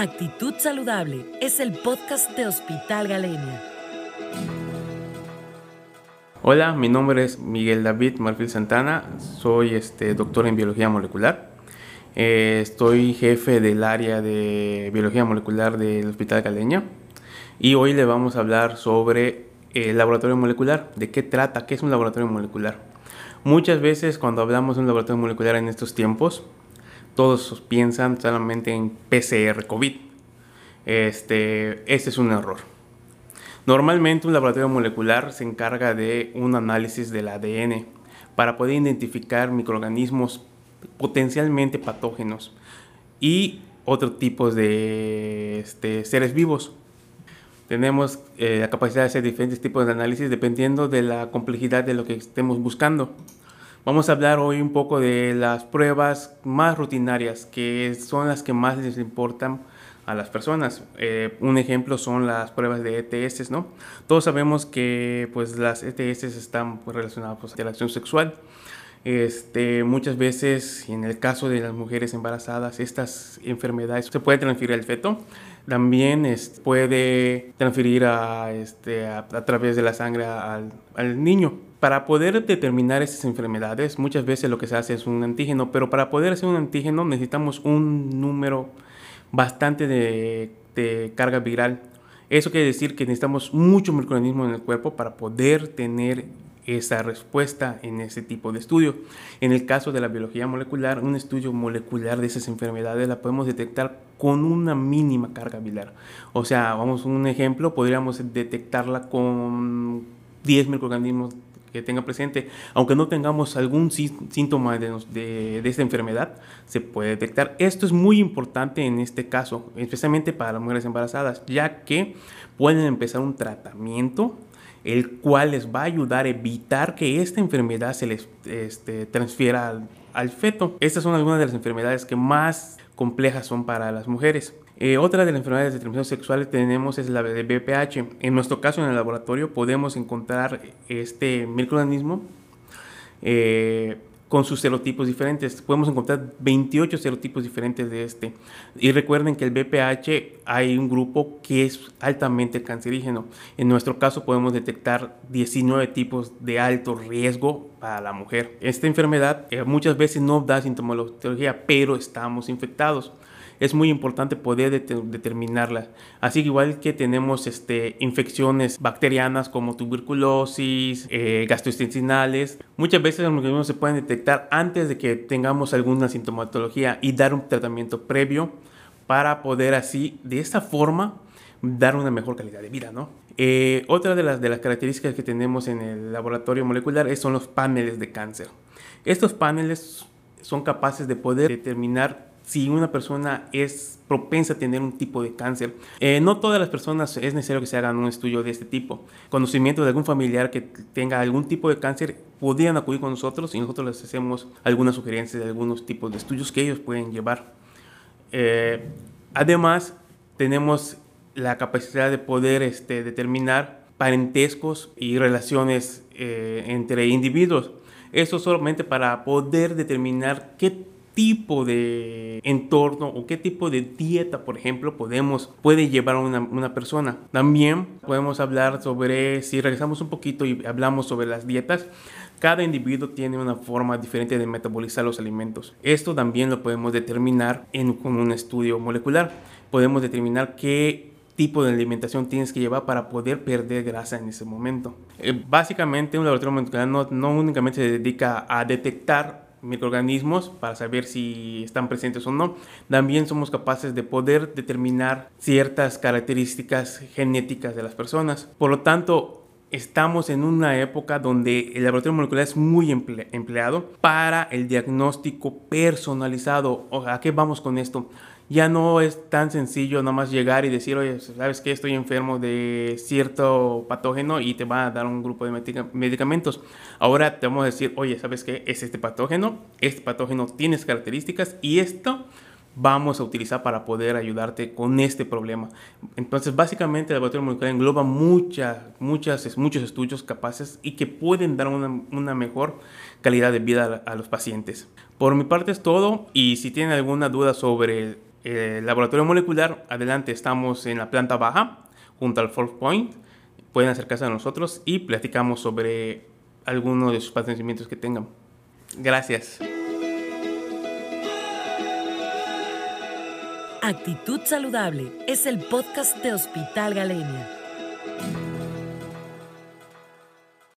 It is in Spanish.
Actitud Saludable es el podcast de Hospital Galenia. Hola, mi nombre es Miguel David Marfil Santana, soy doctor en biología molecular. Estoy jefe del área de biología molecular del Hospital Galenia y hoy le vamos a hablar sobre el laboratorio molecular, de qué trata, qué es un laboratorio molecular. Muchas veces cuando hablamos de un laboratorio molecular en estos tiempos, todos piensan solamente en PCR COVID. Este es un error. Normalmente un laboratorio molecular se encarga de un análisis del ADN para poder identificar microorganismos potencialmente patógenos y otros tipos de seres vivos. Tenemos la capacidad de hacer diferentes tipos de análisis dependiendo de la complejidad de lo que estemos buscando. Vamos a hablar hoy un poco de las pruebas más rutinarias, que son las que más les importan a las personas. Un ejemplo son las pruebas de ETS, ¿no? Todos sabemos que pues, las ETS están relacionadas a la acción sexual. Muchas veces, en el caso de las mujeres embarazadas, estas enfermedades se pueden transferir al feto. También puede transferir a través de la sangre al niño. Para poder determinar estas enfermedades, muchas veces lo que se hace es un antígeno, pero para poder hacer un antígeno necesitamos un número bastante de carga viral. Eso quiere decir que necesitamos muchos microorganismos en el cuerpo para poder tener esa respuesta en ese tipo de estudio. En el caso de la biología molecular, un estudio molecular de esas enfermedades la podemos detectar con una mínima carga viral. O sea, vamos a un ejemplo, podríamos detectarla con 10 microorganismos que tenga presente, aunque no tengamos algún síntoma de esta enfermedad, se puede detectar. Esto es muy importante en este caso, especialmente para las mujeres embarazadas, ya que pueden empezar un tratamiento el cual les va a ayudar a evitar que esta enfermedad se les transfiera al feto. Estas son algunas de las enfermedades que más complejas son para las mujeres. Otra de las enfermedades de transmisión sexual tenemos es la de VPH. En nuestro caso, en el laboratorio, podemos encontrar este microorganismo con sus serotipos diferentes. Podemos encontrar 28 serotipos diferentes de este. Y recuerden que el VPH hay un grupo que es altamente cancerígeno. En nuestro caso podemos detectar 19 tipos de alto riesgo para la mujer. Esta enfermedad muchas veces no da sintomatología, pero estamos infectados. Es muy importante poder determinarla. Así que igual que tenemos infecciones bacterianas como tuberculosis, gastrointestinales, muchas veces los microorganismos se pueden detectar antes de que tengamos alguna sintomatología y dar un tratamiento previo para poder así, de esta forma, dar una mejor calidad de vida, ¿no? Otra de las características que tenemos en el laboratorio molecular son los paneles de cáncer. Estos paneles son capaces de poder determinar si una persona es propensa a tener un tipo de cáncer. No todas las personas es necesario que se hagan un estudio de este tipo. Conocimiento de algún familiar que tenga algún tipo de cáncer, podrían acudir con nosotros y nosotros les hacemos algunas sugerencias de algunos tipos de estudios que ellos pueden llevar. Además, tenemos la capacidad de poder determinar parentescos y relaciones entre individuos. Eso solamente para poder determinar qué tipo de entorno o qué tipo de dieta, por ejemplo, puede llevar a una persona. También podemos hablar sobre, si regresamos un poquito y hablamos sobre las dietas, cada individuo tiene una forma diferente de metabolizar los alimentos. Esto también lo podemos determinar con un estudio molecular. Podemos determinar qué tipo de alimentación tienes que llevar para poder perder grasa en ese momento. Básicamente, un laboratorio molecular no únicamente se dedica a detectar microorganismos para saber si están presentes o no. También somos capaces de poder determinar ciertas características genéticas de las personas. Por lo tanto, estamos en una época donde el laboratorio molecular es muy empleado para el diagnóstico personalizado. ¿A qué vamos con esto? Ya no es tan sencillo nada más llegar y decir, oye, ¿sabes qué? Estoy enfermo de cierto patógeno y te va a dar un grupo de medicamentos. Ahora te vamos a decir, oye, ¿sabes qué? Es este patógeno tiene características y esto vamos a utilizar para poder ayudarte con este problema. Entonces, básicamente, el laboratorio molecular engloba muchos estudios capaces y que pueden dar una mejor calidad de vida a los pacientes. Por mi parte es todo, y si tienen alguna duda sobre el laboratorio molecular, adelante estamos en la planta baja, junto al Fourth Point. Pueden acercarse a nosotros y platicamos sobre alguno de sus padecimientos que tengan. Gracias. Actitud Saludable es el podcast de Hospital Galenia.